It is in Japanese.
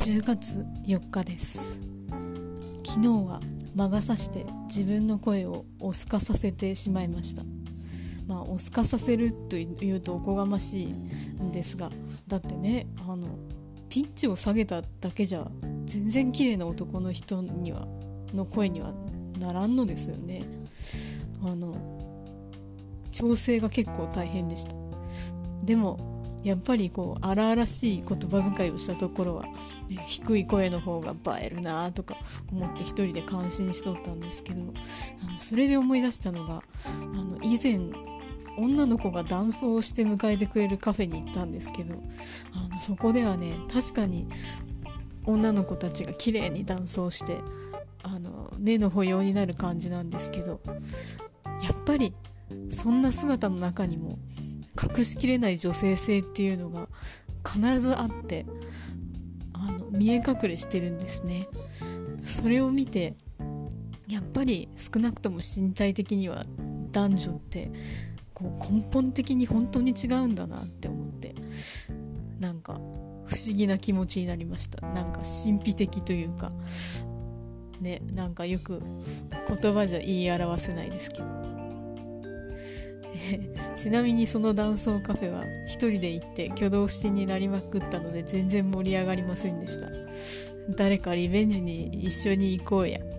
10月4日です。昨日は魔が差して自分の声をオス化させてしまいました。オス化させるというとおこがましいんですが、だってね、ピッチを下げただけじゃ全然綺麗な男の人の声にはならんのですよね。調整が結構大変でした。でもやっぱり荒々しい言葉遣いをしたところは、低い声の方が映えるなとか思って一人で感心しとったんですけど、それで思い出したのが、以前女の子がダンスをして迎えてくれるカフェに行ったんですけど、そこではね、確かに女の子たちが綺麗にダンスをして根の保養になる感じなんですけど、やっぱりそんな姿の中にも隠しきれない女性性っていうのが必ずあって、見え隠れしてるんですね。それを見てやっぱり少なくとも身体的には男女って根本的に本当に違うんだなって思って、なんか不思議な気持ちになりました。なんか神秘的というかね、なんかよく言葉じゃ言い表せないですけどちなみにその男装カフェは一人で行って挙動不審になりまくったので全然盛り上がりませんでした。誰かリベンジに一緒に行こうや。